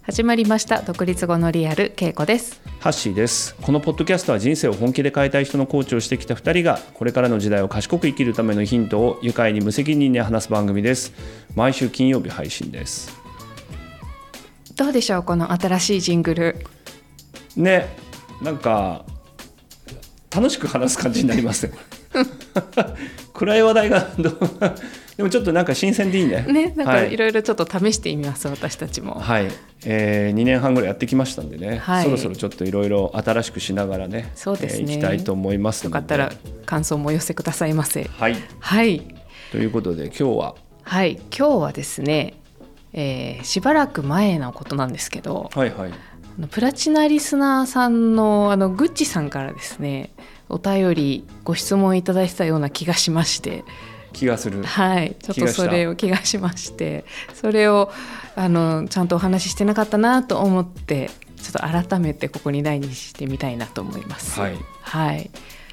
始まりました独立後のリアル、けいこです。 ハッシーです。このポッドキャストは人生を本気で変えたい人のコーチをしてきた2人がこれからの時代を賢く生きるためのヒントを愉快に無責任に話す番組です。毎週金曜日配信です。 どうでしょう、この新しいジングルね、なんか楽しく話す感じになりますね暗い話題がでもちょっとなんか新鮮でいいね。 ね、なんかいろいろちょっと試してみます、私たちも。 はい、2年半ぐらいやってきましたんでね、 はい、 そろそろちょっといろいろ新しくしながらね、 そうですね、 いきたいと思いますので、 よかったら感想もお寄せくださいませ。 はい、 はい、 ということで今日はですね、しばらく前のことなんですけど、 はいはい、 プラチナリスナーさんのグッチさんからですね、お便りご質問いただいてたような気がしまして、 気がする。 はい、ちょっとそれを気がしまして、それをちゃんとお話ししてなかったなと思って、ちょっと改めてここに題にしてみたいなと思います。 はい、はい、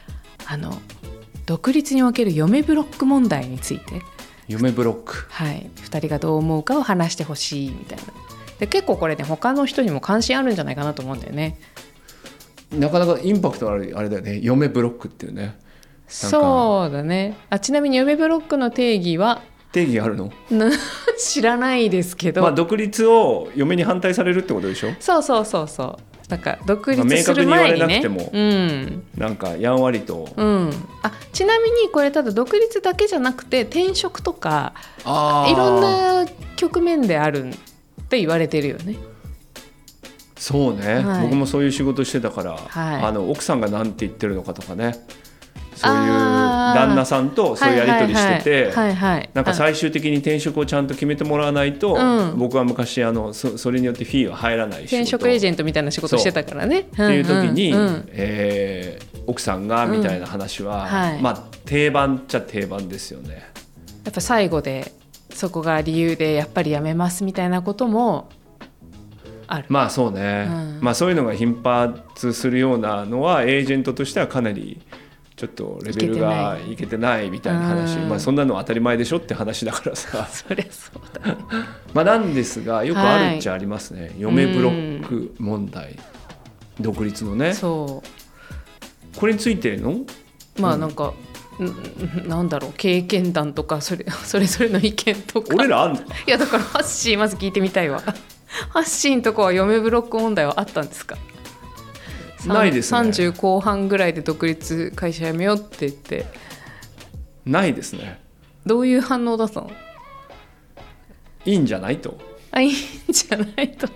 独立における嫁ブロック問題について、 嫁ブロック、 はい、2人がどう思うかを話してほしいみたいな。で結構これね、他の人にも関心あるんじゃないかなと思うんだよね。 なかなかインパクトあるあれだよね、嫁ブロックっていうね。 そうだね。ちなみに嫁ブロックの定義はあるの知らないですけど、 独立を嫁に反対されるってことでしょ。 そうなんか独立する前にね、 明確に言われなくても、なんかやんわりと、 ちなみにこれただ独立だけじゃなくて転職とかいろんな局面であるって言われてるよね。 そうね、 はい、 僕もそういう仕事してたから、はい、奥さんが何て言ってるのかとかね、そういう旦那さんとそういうやり取りしてて、なんか最終的に転職をちゃんと決めてもらわないと、僕は昔それによってフィーは入らない仕事、 転職エージェントみたいな仕事してたからねっていう時に、奥さんがみたいな話は、定番っちゃ定番ですよね。 やっぱ最後でそこが理由でやっぱり辞めますみたいなこともある。 そうね、そういうのが頻発するようなのはエージェントとしてはかなりちょっとレベルがいけてないみたいな話、そんなのは当たり前でしょって話だからさそりゃそうだねなんですが、よくあるっちゃありますね、嫁ブロック問題、独立のね。そうこれについてのなんか、なんだろう、経験談とかそれぞれの意見とか。 俺らあんの？いやだからハッシーまず聞いてみたいわハッシーのとこは嫁ブロック問題はあったんですか？ ないですね。 30後半ぐらいで独立会社辞めようって言って。 ないですね。 どういう反応だったの？ いいんじゃないと。 いいんじゃないと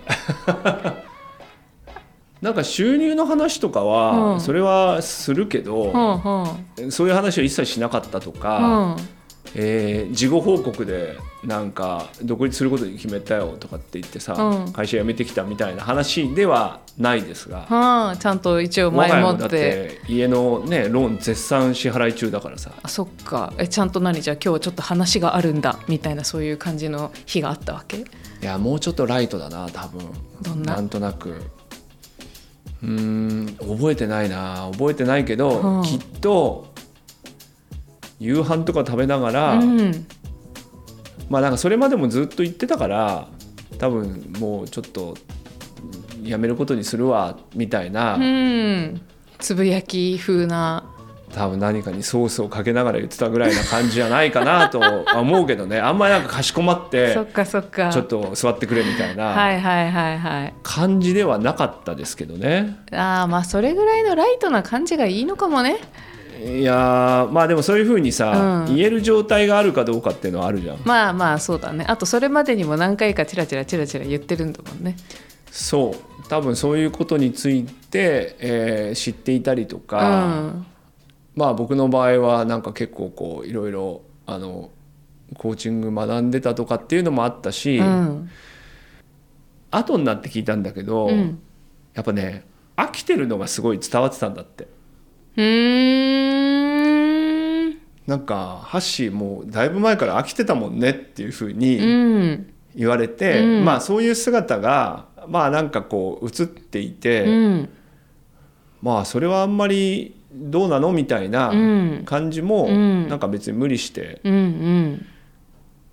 なんか収入の話とかはそれはするけど、そういう話を一切しなかったとか、事後報告でなんか独立することに決めたよとかって言ってさ、会社辞めてきたみたいな話ではないですが、 ちゃんと一応前もって、 だって家のねローン絶賛支払い中だからさ。 そっか。ちゃんとじゃあ今日ちょっと話があるんだみたいな、そういう感じの日があったわけ？いや、もうちょっとライトだな多分。 どんな？ なんとなく覚えてないけど、きっと夕飯とか食べながら、なんかそれまでもずっと言ってたから、多分もうちょっとやめることにするわみたいな、 つぶやき風な、 多分何かにソースをかけながら言ってたぐらいな感じじゃないかなと思うけどね。あんまりなんかかしこまってそっかちょっと座ってくれみたいな感じではなかったですけどね。 それぐらいのライトな感じがいいのかもね。 いやでもそういう風にさ、言える状態があるかどうかっていうのはあるじゃん。 そうだね。あとそれまでにも何回かチラチラ言ってるんだもんね。 そう多分そういうことについて、知っていたりとか、僕の場合はなんか結構こういろいろコーチング学んでたとかっていうのもあったし、後になって聞いたんだけど、やっぱね飽きてるのがすごい伝わってたんだって。なんかハッシーもうだいぶ前から飽きてたもんねっていうふうに言われて、そういう姿がなんかこう映っていて、それはあんまりどうなのみたいな感じも、なんか別に無理して、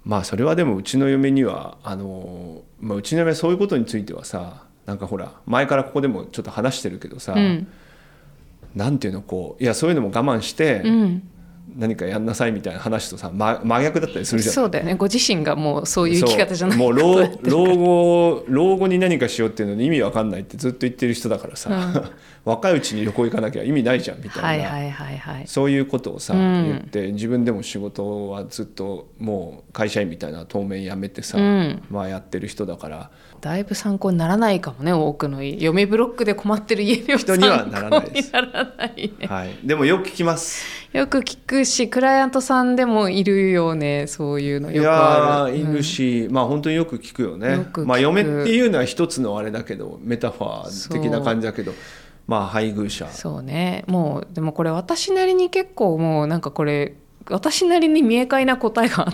まあそれはでもうちの嫁にはうちの嫁はそういうことについてはさ、なんかほら前からここでもちょっと話してるけどさ、なんていうのこう、いやそういうのも我慢して、何かやんなさいみたいな話とさ、真逆だったりするじゃん。 そうだよね、ご自身がもうそういう生き方じゃないかもう老後に何かしようっていうのに意味わかんないってずっと言ってる人だからさ、若いうちに旅行行かなきゃ意味ないじゃんみたいな、そういうことをさ、言って、自分でも仕事はずっともう会社員みたいな当面辞めてさ、まあやってる人だから、 だいぶ参考にならないかもね。多くの嫁ブロックで困ってる家には人にはならないです。 参考にならないね。 はい、でもよく聞きます。 よく聞くし、クライアントさんでもいるよね、そういうのよくある。 いやいるし、まあ本当によく聞くよね。まあ嫁っていうのは一つのあれだけど、メタファー的な感じだけど、まあ配偶者。 そうね。もうでもこれ私なりに結構もうなんかこれ私なりに明快な答えがあって、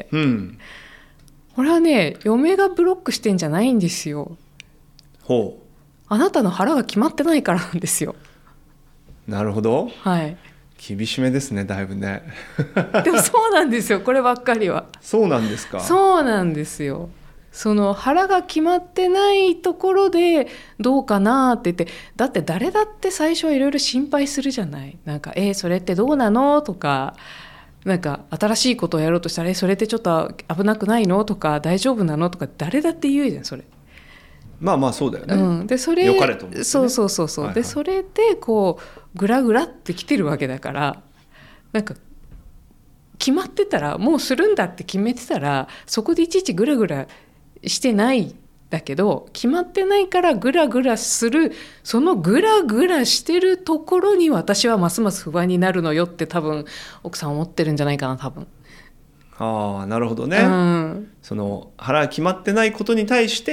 これはね、嫁がブロックしてんじゃないんですよ。 ほう。 あなたの腹が決まってないからなんですよ。 なるほど。 はい。 厳しめですね、だいぶね。 でもそうなんですよ、こればっかりは。 そうなんですか。 そうなんですよ。その腹が決まってないところでどうかなって言って、だって誰だって最初はいろいろ心配するじゃない。なんかそれってどうなのとか、なんか新しいことをやろうとしたらそれってちょっと危なくないのとか、大丈夫なのとか誰だって言うじゃんそれ。 まあまあそうだよね。 でそれ良かれと思ってね。 そう、でそれでこうグラグラってきてるわけだから、なんか決まってたら、もうするんだって決めてたら、そこでいちいちグラグラしてないだけど、決まってないからグラグラする、そのグラグラしてるところに私はますます不安になるのよって多分奥さん思ってるんじゃないかな、多分。 ああ、なるほどね。その腹決まってないことに対して、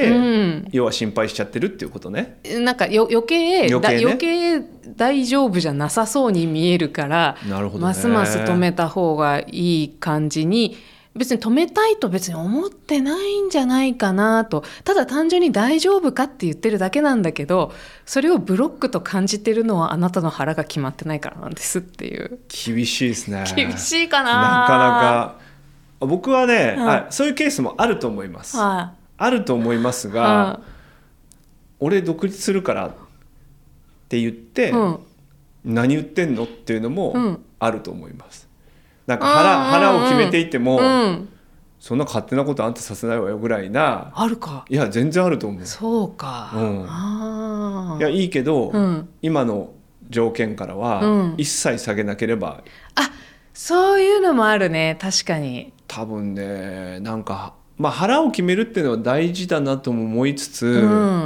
要は心配しちゃってるっていうことね。 なんか余計大丈夫じゃなさそうに見えるから、 なるほどね、 ますます止めた方がいい感じに、別に止めたいと別に思ってないんじゃないかなと、ただ単純に大丈夫かって言ってるだけなんだけど、それをブロックと感じてるのはあなたの腹が決まってないからなんですっていう。 厳しいですね。 厳しいかな。 なかなか僕はね、そういうケースもあると思います、あると思いますが、俺独立するからって言って、何言ってんのっていうのもあると思います。なんか腹を決めていても、そんな勝手なことあんたさせないわよぐらいな。 あるか。 いや全然あると思う。 そうか、 いやいいけど、今の条件からは一切下げなければ、 そういうのもあるね。確かに多分ね、なんか、まあ、腹を決めるっていうのは大事だなとも思いつつ、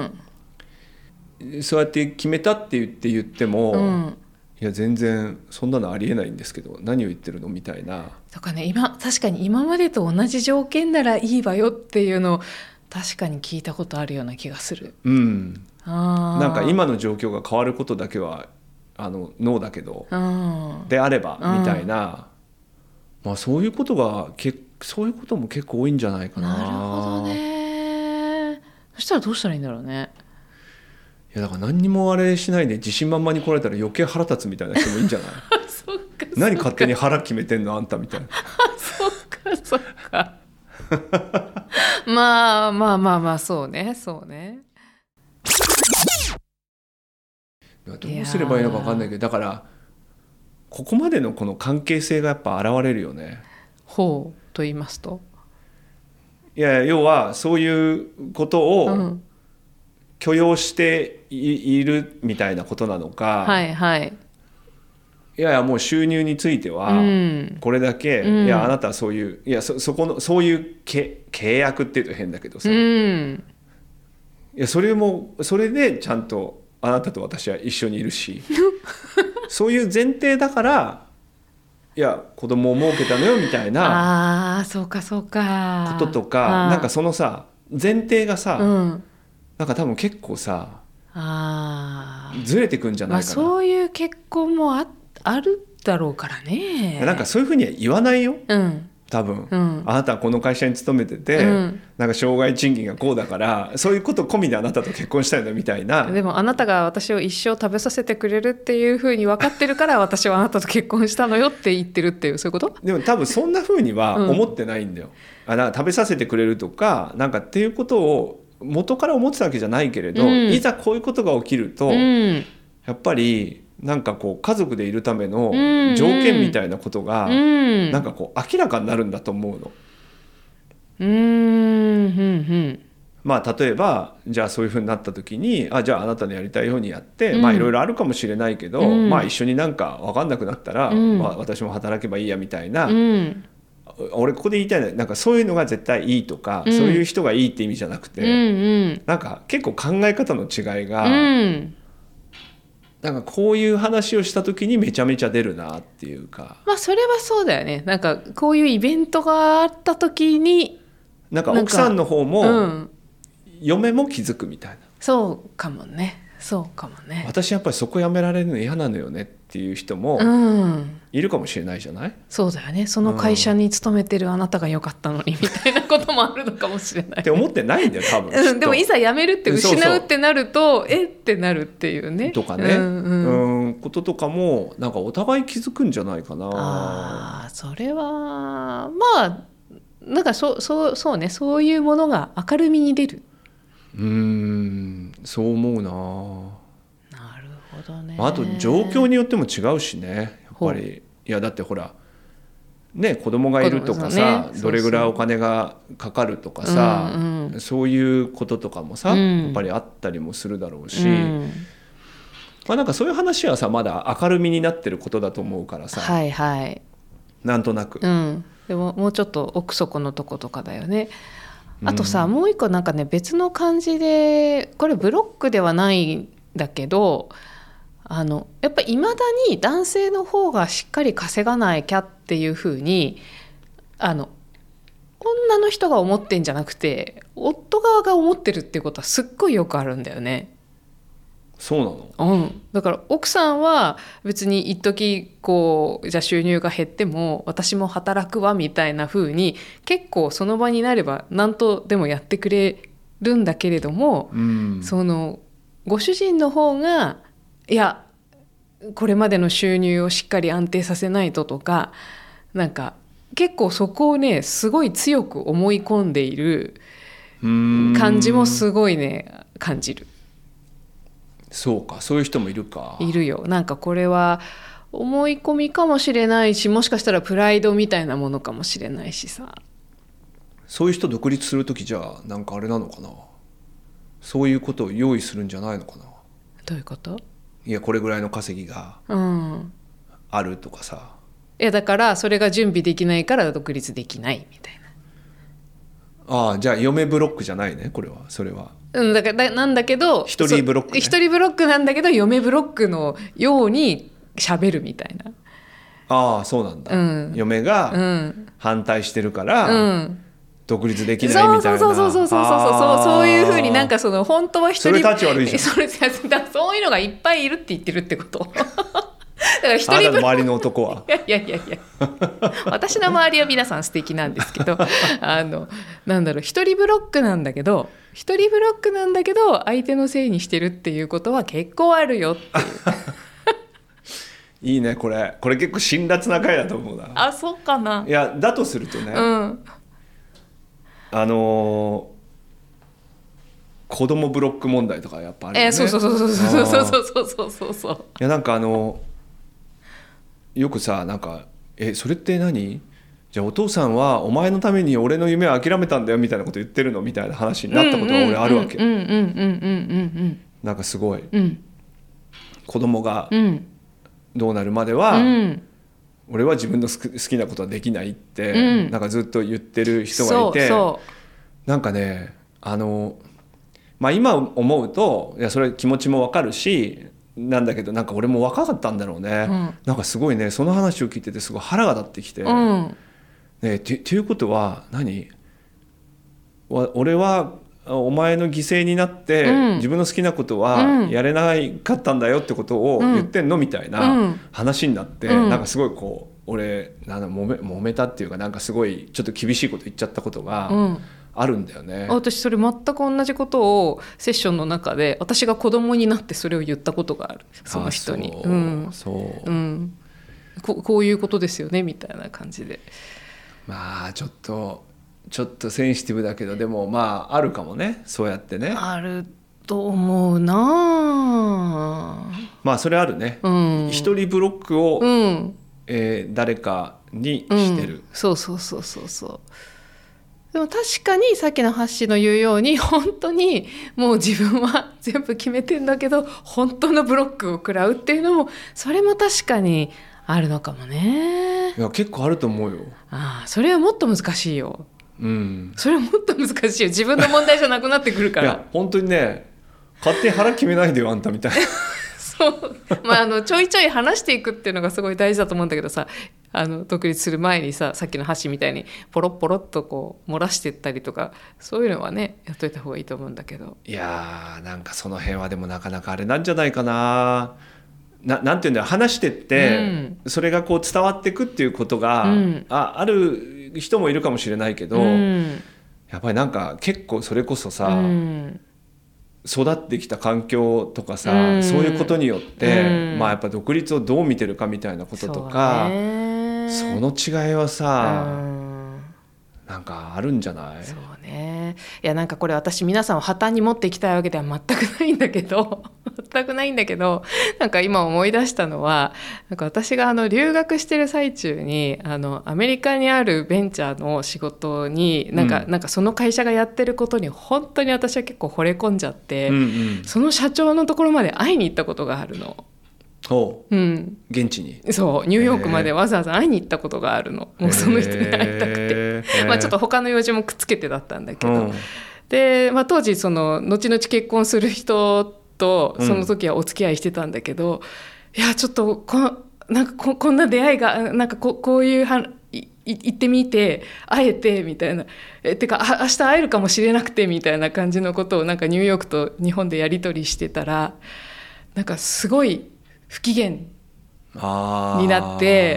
そうやって決めたって言っても、いや全然そんなのありえないんですけど、何を言ってるのみたいな。 とかね、確かに今までと同じ条件ならいいわよっていうのを確かに聞いたことあるような気がする。なんか今の状況が変わることだけはノーだけど、であればみたいな、まあ、そういうことも結構多いんじゃないかな。 なるほどね。そしたらどうしたらいいんだろうね。 いやだから何にもあれしないで自信満々に来られたら余計腹立つみたいな人もいいんじゃないそっか、 何勝手に腹決めてんのあんたみたいなそっかまあそうね。 どうすればいいのか分かんないけど、だからここまでのこの関係性がやっぱ現れるよね。 ほうと言いますと、 いや要はそういうことを許容しているみたいなことなのか、いやもう収入についてはこれだけ、いやあなたはそういう、いやそこのそういう契約っていうと変だけどさ、いやそれでちゃんとあなたと私は一緒にいるしそういう前提だから、いや子供を設けたのよみたいなそうかこととか、なんかそのさ前提がさ、なんか多分結構さずれてくんじゃないかな。 そういう結婚もあるだろうからね。 なんかそういうふうには言わないよ、 多分、あなたはこの会社に勤めてて、なんか障害賃金がこうだからそういうこと込みであなたと結婚したいんだみたいな。 でもあなたが私を一生食べさせてくれるっていうふうに分かってるから私はあなたと結婚したのよって言ってるっていう、そういうこと？ でも多分そんなふうには思ってないんだよ、なんか食べさせてくれるとかなんかっていうことを元から思ってたわけじゃないけれど、いざこういうことが起きると、やっぱりなんかこう家族でいるための条件みたいなことがなんかこう明らかになるんだと思うの。まあ例えばじゃあそういうふうになった時にじゃああなたのやりたいようにやって、まあいろいろあるかもしれないけど、まあ一緒になんか分かんなくなったら、まあ、私も働けばいいやみたいな、俺ここで言いたいのはなんかそういうのが絶対いいとか、そういう人がいいって意味じゃなくて、なんか結構考え方の違いが、なんかこういう話をした時にめちゃめちゃ出るなっていうか。 まあそれはそうだよね。なんかこういうイベントがあった時になんか奥さんの方も、嫁も気づくみたいな。 そうかもね。そうかもね。 私やっぱりそこやめられるの嫌なのよねっていう人もいるかもしれないじゃない？ そうだよね。その会社に勤めてるあなたが良かったのにみたいなこともあるのかもしれないって思ってないんだよ多分でもいざ辞めるって失うってなるとってなるっていうねとかね、こととかもなんかお互い気づくんじゃないかな。 それはまあなんかそうね、そういうものが明るみに出る。 そう思うな。 なるほどね。 あと状況によっても違うしねやっぱり。いやだってほらね子供がいるとかさ、どれぐらいお金がかかるとかさ、そういうこととかもさ、やっぱりあったりもするだろうし、まあ、なんかそういう話はさまだ明るみになってることだと思うからさ、なんとなく、 でももうちょっと奥底のとことかだよね。あとさ、もう一個なんかね別の感じでこれブロックではないんだけどやっぱりいまだに男性の方がしっかり稼がないきゃっていう風に女の人が思ってんじゃなくて夫側が思ってるっていうことはすっごいよくあるんだよね。 そうなの？ だから奥さんは別に一時こうじゃあ収入が減っても私も働くわみたいな風に結構その場になれば何とでもやってくれるんだけれども、そのご主人の方がいやこれまでの収入をしっかり安定させないととかなんか結構そこをねすごい強く思い込んでいる感じもすごいね感じる。 そうか、そういう人もいるか。 いるよ。なんかこれは思い込みかもしれないしもしかしたらプライドみたいなものかもしれないしさ。 そういう人独立するときじゃあなんかあれなのかな、そういうことを用意するんじゃないのかな。 どういうこと？ いやこれぐらいの稼ぎがあるとかさ、 いやだからそれが準備できないから独立できないみたいな。じゃあ嫁ブロックじゃないねこれは。それはだからなんだけど一人ブロック、ね、 一人ブロックなんだけど嫁ブロックのように喋るみたいな。 そうなんだ、嫁が反対してるから、独立できないみたいな。 そういうふうになんかその本当は一人それ立ち悪いじゃん。 そういうのがいっぱいいるって言ってるってことだから一人あなたの周りの男は。 いや私の周りは皆さん素敵なんですけどなんだろう、一人ブロックなんだけど相手のせいにしてるっていうことは結構あるよっていういいねこれ結構辛辣な回だと思うな。 そうかな。 いやだとするとね、子供ブロック問題とかやっぱあるよね。 そう。 いやなんかよくさなんかそれって何？じゃあお父さんはお前のために俺の夢を諦めたんだよみたいなこと言ってるのみたいな話になったことが俺あるわけ。なんかすごい、子供がどうなるまでは、俺は自分の好きなことはできないって、なんかずっと言ってる人がいて、なんかねまあ今思うといやそれ気持ちもわかるしなんだけどなんか俺も若かったんだろうね、なんかすごいねその話を聞いててすごい腹が立ってきて、っていうことは何？俺はお前の犠牲になって、自分の好きなことはやれなかったんだよってことを言ってんのみたいな話になって、なんかすごいこう俺揉めたっていうかなんかすごいちょっと厳しいこと言っちゃったことがあるんだよね、 私それ全く同じことをセッションの中で私が子供になってそれを言ったことがある、その人に。こういうことですよねみたいな感じで。 まあちょっとセンシティブだけどでもまああるかもね、そうやってね。 あると思うな。 まあそれあるね、一人ブロックを、誰かにしてる、 そうでも確かにさっきのハッシーの言うように本当にもう自分は全部決めてんだけど本当のブロックを食らうっていうのもそれも確かにあるのかもね。 いや結構あると思うよ。 それはもっと難しいよ。それはもっと難しいよ。自分の問題じゃなくなってくるから。 いや本当にね、勝手に腹決めないでよあんたみたいなそうちょいちょい話していくっていうのがすごい大事だと思うんだけどさ、独立する前にさっきの箸みたいにポロッポロっとこう漏らしていったりとかそういうのはねやっといた方がいいと思うんだけど。 いやなんかその辺はでもなかなかあれなんじゃないかな。なんていうんだよ、話してって、それがこう伝わってくっていうことが、ある人もいるかもしれないけど、やっぱりなんか結構それこそさ、育ってきた環境とかさ、そういうことによって、まあやっぱ独立をどう見てるかみたいなこととか、その違いはさ、なんかあるんじゃない？ そうね。いやなんかこれ私皆さんを破綻に持っていきたいわけでは全くないんだけどなんか今思い出したのは、なんか私が留学してる最中にアメリカにあるベンチャーの仕事になんかその会社がやってることに本当に私は結構惚れ込んじゃって、その社長のところまで会いに行ったことがあるの。現地に。そうニューヨークまでわざわざ会いに行ったことがあるの。もうその人に会いたくて、ちょっと他の用事もくっつけてだったんだけど、で、当時その後々結婚する人とその時はお付き合いしてたんだけど、いやちょっとなんかこんな出会いがなんかこういう行ってみて会えてみたいな、てか明日会えるかもしれなくてみたいな感じのことをなんかニューヨークと日本でやり取りしてたら、なんかすごい不機嫌になって、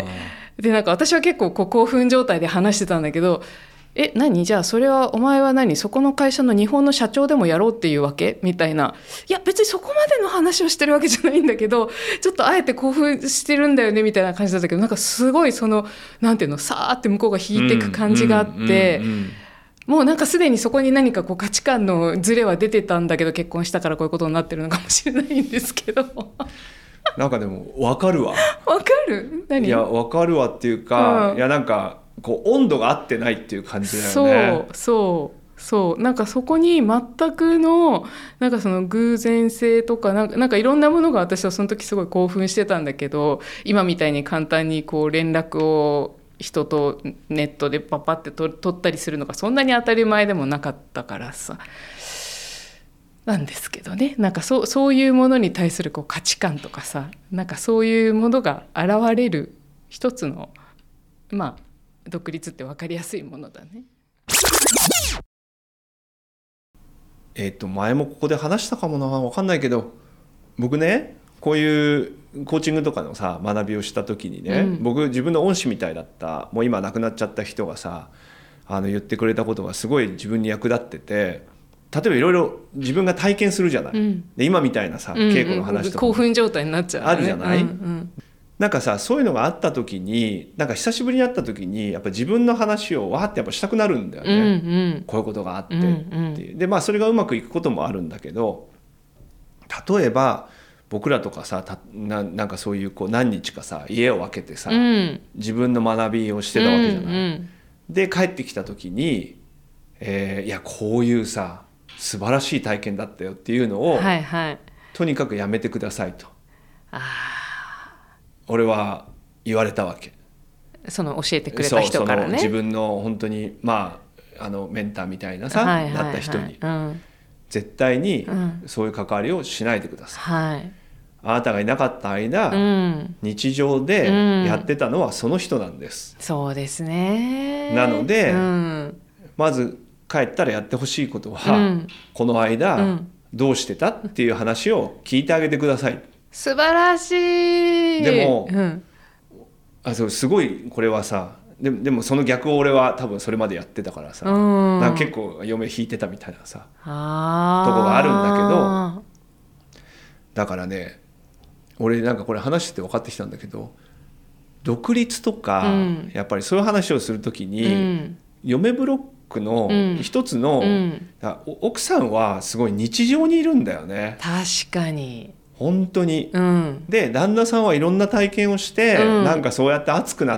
でなんか私は結構興奮状態で話してたんだけど、じゃあそれはお前はそこの会社の日本の社長でもやろうっていうわけみたいな。いや別にそこまでの話をしてるわけじゃないんだけど、ちょっとあえて興奮してるんだよねみたいな感じだったけど、なんかすごいなんていうの、さーって向こうが引いていく感じがあって、もうなんかすでにそこに何か価値観のズレは出てたんだけど、結婚したからこういうことになってるのかもしれないんですけどなんかでも分かるわ。 分かる？ いや分かるわっていうか、いやなんか温度が合ってないっていう感じだよね。 そうなんかそこに全くのなんかその偶然性とかなんかいろんなものが私はその時すごい興奮してたんだけど、今みたいに簡単に連絡を人とネットでパパって取ったりするのがそんなに当たり前でもなかったからさなんですけどね。なんかそういうものに対する価値観とかさ、なんかそういうものが現れる一つの独立って分かりやすいものだね。 前もここで話したかもな、分かんないけど、僕ねこういうコーチングとかのさ学びをした時にね、僕自分の恩師みたいだったもう今亡くなっちゃった人がさ言ってくれたことがすごい自分に役立ってて、例えばいろいろ自分が体験するじゃない、で今みたいなさ稽古の話とか興奮状態になっちゃう、ね、 あるじゃない、なんかさそういうのがあった時になんか久しぶりに会った時にやっぱ自分の話をわーってやっぱしたくなるんだよね、こういうことがあってっていう。でそれがうまくいくこともあるんだけど、例えば僕らとかさなんかそういう何日かさ家を分けてさ、自分の学びをしてたわけじゃない、で帰ってきた時に、いやこういうさ素晴らしい体験だったよっていうのを、とにかくやめてくださいと俺は言われたわけ。 その教えてくれた人からね。 自分の本当にメンターみたいなさ、なった人に、絶対にそういう関わりをしないでください、あなたがいなかった間、日常でやってたのはその人なんです、 そうですね。 なので、まず帰ったらやってほしいことは、この間、どうしてたっていう話を聞いてあげてください。 素晴らしい。 でも、 そうすごいこれはさでもその逆を俺は多分それまでやってたからさ、なんか結構嫁引いてたみたいなさとこがあるんだけど、だからね俺なんかこれ話してて分かってきたんだけど、独立とか、やっぱりそういう話をするときに、嫁ブロックの一つの、奥さんはすごい日常にいるんだよね。 確かに本当に、で旦那さんはいろんな体験をして、なんかそうやって熱くなって、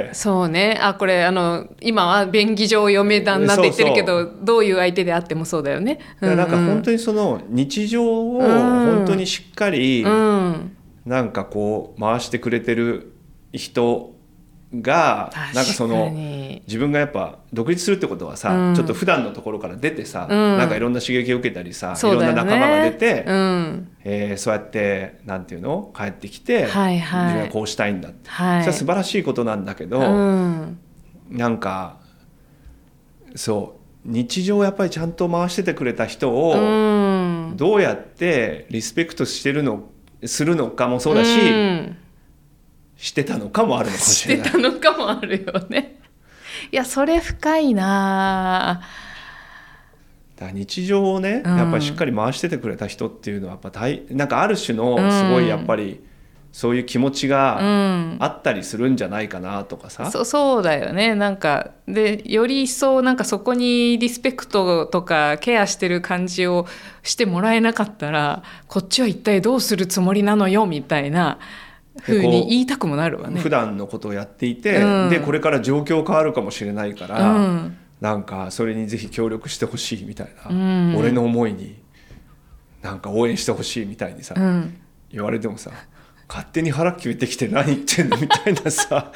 そうね、これ今は便宜上嫁旦那って言ってるけど、どういう相手であってもそうだよね。 なんか本当にその日常を本当にしっかり、なんかこう回してくれてる人がなんかその自分がやっぱ独立するってことはさ、ちょっと普段のところから出てさ、なんかいろんな刺激を受けたりさ、いろんな仲間が出て、そうやってなんていうの帰ってきて、自分はこうしたいんだって、それは素晴らしいことなんだけど、なんかそう日常をやっぱりちゃんと回しててくれた人をどうやってリスペクトするのかもそうだし、してたのかもあるのかもしれない。 してたのかもあるよね。いやそれ深いな。 だから日常をね、やっぱりしっかり回しててくれた人っていうのはやっぱなんかある種のすごいやっぱりそういう気持ちがあったりするんじゃないかなとかさ、 そうだよね。なんかでより一層なんかそこにリスペクトとかケアしてる感じをしてもらえなかったら、こっちは一体どうするつもりなのよみたいな風に言いたくもなるわね。 普段のことをやっていて、でこれから状況変わるかもしれないから、なんかそれにぜひ協力してほしいみたいな、俺の思いになんか応援してほしいみたいにさ、言われてもさ、勝手に腹決めてきて何言ってんのみたいなさ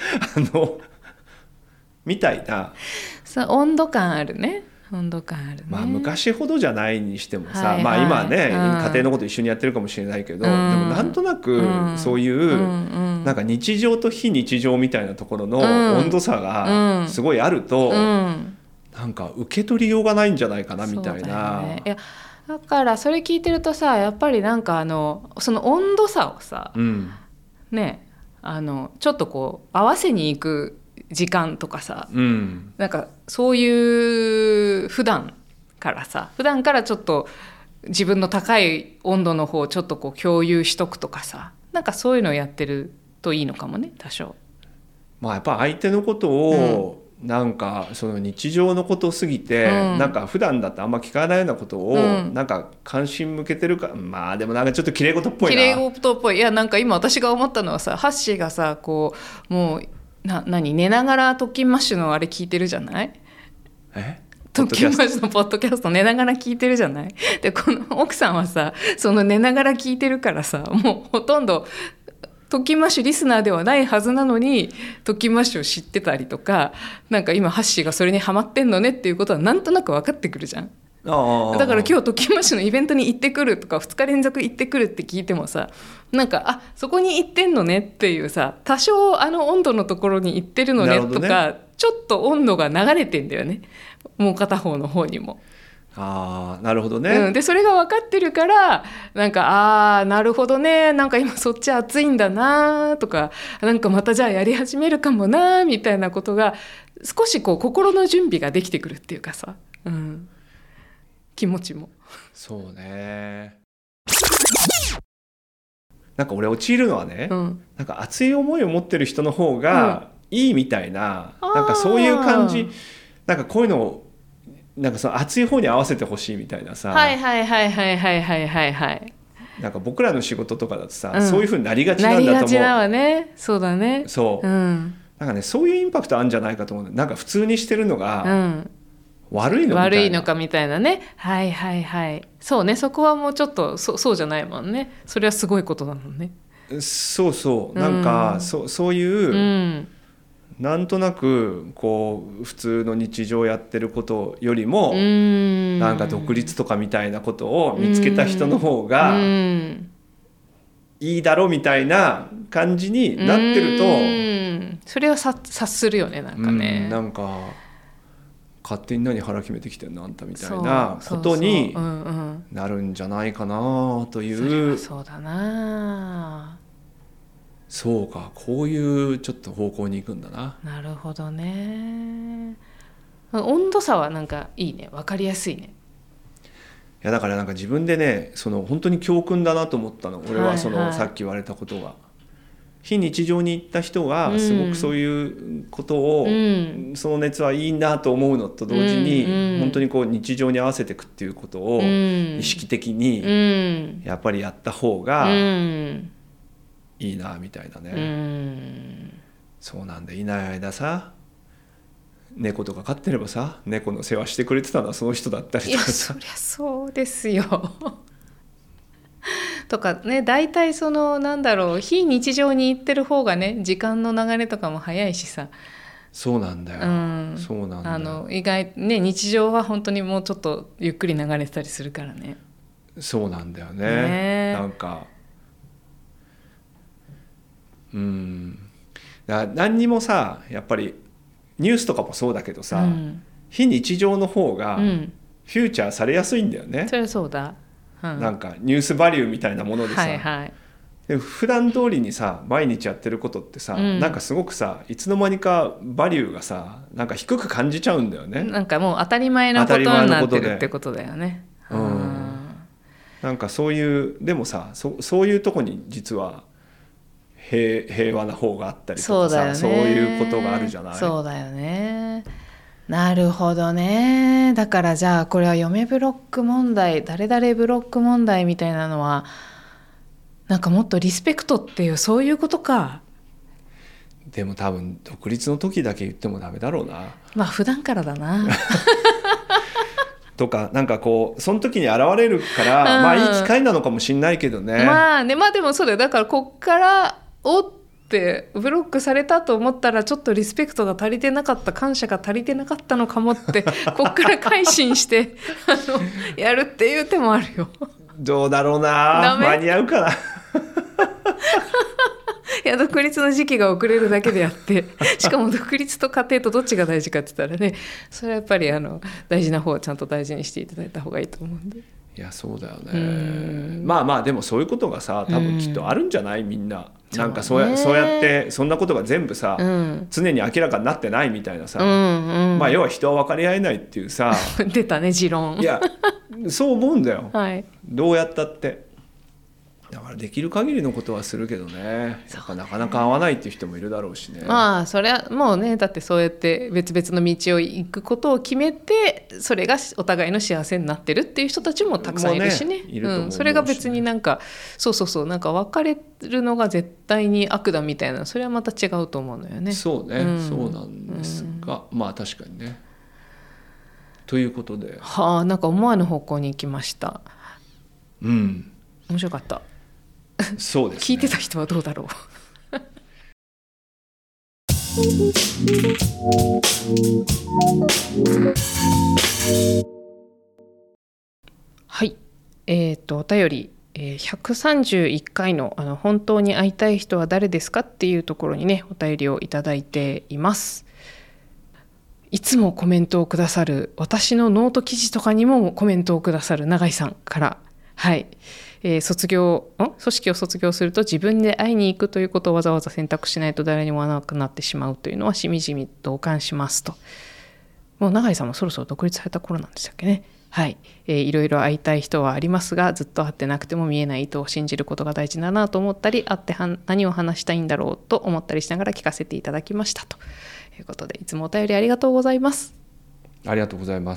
みたいな温度感あるね。温度感あるね。 昔ほどじゃないにしてもさ、今はね、家庭のこと一緒にやってるかもしれないけど、でもなんとなくそういう、なんか日常と非日常みたいなところの温度差がすごいあると、なんか受け取りようがないんじゃないかなみたいな。 いやだからそれ聞いてるとさ、やっぱりなんかその温度差をさ、ねちょっとこう合わせに行く時間とかさ、なんかそういう普段からちょっと自分の高い温度の方をちょっとこう共有しとくとかさ、なんかそういうのをやってるといいのかもね、多少。 やっぱ相手のことを、なんかその日常のことを過ぎて、なんか普段だってあんま聞かないようなことを、なんか関心向けてるか、でもなんかちょっと綺麗事っぽいな。 綺麗事っぽい。いやなんか今私が思ったのはさ、ハッシーがさこうもう寝ながらトッキンマッシュのあれ聞いてるじゃない？トッキンマッシュのポッドキャスト寝ながら聞いてるじゃない？でこの奥さんはさ、その寝ながら聞いてるからさ、もうほとんどトッキンマッシュリスナーではないはずなのにトッキンマッシュを知ってたりとか、なんか今ハッシーがそれにハマってんのねっていうことはなんとなく分かってくるじゃん。だから今日トッキンマッシュのイベントに行ってくるとか2日連続行ってくるって聞いてもさ、なんかそこに行ってんのねっていうさ、多少温度のところに行ってるのねとか、ちょっと温度が流れてんだよね、もう片方の方にも。 なるほどね、 でそれが分かってるから、なんかなるほどね、なんか今そっち暑いんだなとか、なんかまたじゃあやり始めるかもなみたいなことが少しこう心の準備ができてくるっていうかさ、気持ちも。 そうね。なんか俺陥るのはね、なんか熱い思いを持ってる人の方がいいみたいな、なんかそういう感じ、なんかこういうのをなんかその熱い方に合わせてほしいみたいなさ。なんか僕らの仕事とかだとさ、そういう風になりがちなんだと思う。 なりがちだわね。そうだね。 そう。なんかね、そういうインパクトあるんじゃないかと思う。なんか普通にしてるのが、悪いのみたいな。 悪いのかみたいなね。そうね、そこはもうちょっとそうじゃないもんね。それはすごいことだもんね。 そうそう。なんか、そういう、なんとなくこう普通の日常やってることよりも、なんか独立とかみたいなことを見つけた人の方がいいだろうみたいな感じになってると、 それは察するよね、なんかね。 なんか勝手に何腹決めてきてんのあんたみたいなことになるんじゃないかなという。 そうだな。 そうか、こういうちょっと方向に行くんだな。 なるほどね。温度差はなんかいいね、分かりやすいね。 いやだからなんか自分でね、その本当に教訓だなと思ったの。俺はその、 はいはい、 さっき言われたことが非日常に行った人がすごくそういうことを、その熱はいいなと思うのと同時に、本当にこう日常に合わせていくっていうことを意識的にやっぱりやった方がいいなみたいなね。そうなんだ。いない間さ、猫とか飼ってればさ、猫の世話してくれてたのはその人だったりとかさ。 いやそりゃそうですよとかね、大体そのなんだろう、非日常に行ってる方がね、時間の流れとかも早いしさ。 そうなんだよ、そうなんだよ。 意外ね、日常は本当にもうちょっとゆっくり流れてたりするからね。 そうなんだよね。なんかだから何にもさ、やっぱりニュースとかもそうだけどさ、非日常の方がフューチャーされやすいんだよね。 それはそうだ、 なんかニュースバリューみたいなものでさ、で普段通りにさ毎日やってることってさ、なんかすごくさ、いつの間にかバリューがさ、なんか低く感じちゃうんだよね。 なんかもう当たり前のことになってるってことだよね。 なんかそういう、でもさ、そういうとこに実は平和な方があったりとかさ、そういうことがあるじゃない。 そうだよね。なるほどね。だからじゃあこれは嫁ブロック問題、誰々ブロック問題みたいなのは、なんかもっとリスペクトっていう、そういうことか。 でも多分独立の時だけ言ってもダメだろうな。 まあ普段からだなとか、なんかこうその時に現れるから、まあいい機会なのかもしれないけどね。 まあね、まあでもそうだよ。だからこっからってブロックされたと思ったら、ちょっとリスペクトが足りてなかった、感謝が足りてなかったのかもってこっから改心してやるっていう手もあるよ。 どうだろうな、間に合うかな。 いや、独立の時期が遅れるだけであって、しかも独立と家庭とどっちが大事かって言ったらね、それはやっぱり大事な方をちゃんと大事にしていただいた方がいいと思うんで。 いやそうだよね。まあまあでもそういうことがさ、多分きっとあるんじゃない、みんな。なんかそうやってそんなことが全部さ、常に明らかになってないみたいなさ、まあ要は人は分かり合えないっていうさ出たね、持論。 いやそう思うんだよ、どうやったって。だからできる限りのことはするけどね、やっぱなかなか合わないっていう人もいるだろうしね。 まあそれはもうね、だってそうやって別々の道を行くことを決めて、それがお互いの幸せになってるっていう人たちもたくさんいるしね。それが別になんかそうなんか別れるのが絶対に悪だみたいな、それはまた違うと思うのよね。 そうね、そうなんですが、まあ確かにね。ということで、 なんか思わぬ方向に行きました。面白かった。 そうですね。 聞いてた人はどうだろう。はい、お便り、131回の本当に会いたい人は誰ですかっていうところにね、お便りをいただいています。いつもコメントをくださる、私のノート記事とかにもコメントをくださる永井さんから、組織を卒業すると自分で会いに行くということをわざわざ選択しないと誰にも会わなくなってしまうというのはしみじみ同感しますと。もう永井さんもそろそろ独立された頃なんでしたっけね。いろいろ会いたい人はありますが、ずっと会ってなくても見えない意図を信じることが大事だなと思ったり、会って何を話したいんだろうと思ったりしながら聞かせていただきましたということで、いつもお便りありがとうございます。 ありがとうございます。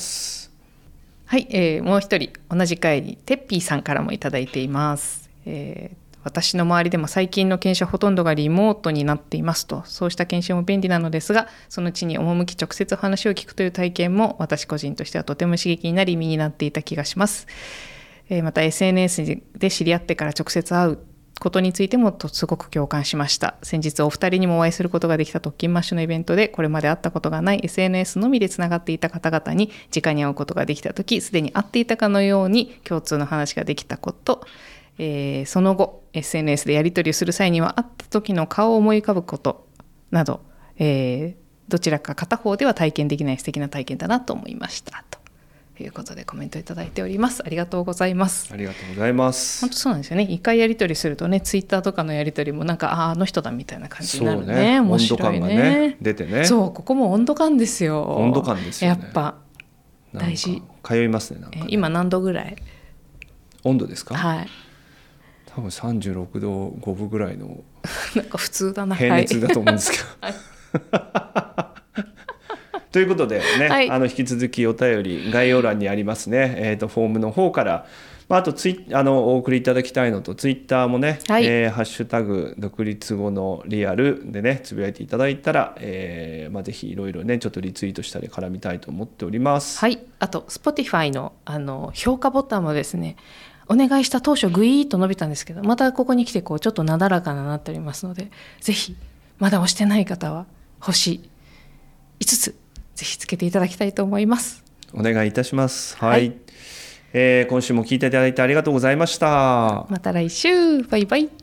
もう一人同じ回にてっぴーさんからもいただいています。私の周りでも最近の研修はほとんどがリモートになっていますと。そうした研修も便利なのですが、その地に赴き直接話を聞くという体験も私個人としてはとても刺激になり身になっていた気がします。また SNS で知り合ってから直接会うことについてもすごく共感しました。先日お二人にもお会いすることができた特勤マッシュのイベントで、これまで会ったことがない SNS のみでつながっていた方々に直に会うことができたとき、すでに会っていたかのように共通の話ができたこと、その後 SNS でやり取りをする際には会った時の顔を思い浮かぶことなど、どちらか片方では体験できない素敵な体験だなと思いましたと。 ということでコメントいただいております。ありがとうございます。 ありがとうございます。 本当そうなんですよね。一回やり取りするとね、ツイッターとかのやり取りもなんかあの人だみたいな感じになるね。面白いね。 温度感がね出てね。 そう、ここも温度感ですよ。 温度感ですよね。 やっぱ大事。 通いますね。なんかね。 今何度ぐらい？温度ですか？ はい。 多分36度5分ぐらいのなんか普通だな。 平熱だと思うんですけど。はいということでね、はい、引き続きお便り概要欄にありますね、フォームの方から、あとお送りいただきたいのとツイッターもね、はい、ハッシュタグ独立後のリアルでねつぶやいていただいたら、ぜひいろいろねちょっとリツイートしたり絡みたいと思っております。 はい、あと Spotify の、評価ボタンもですね、お願いした当初グイーッと伸びたんですけど、またここに来てちょっとなだらかになっておりますので、ぜひまだ押してない方は星5つぜひつけていただきたいと思います。 お願いいたします。はい、今週も聞いていただいてありがとうございました。 また来週。バイバイ。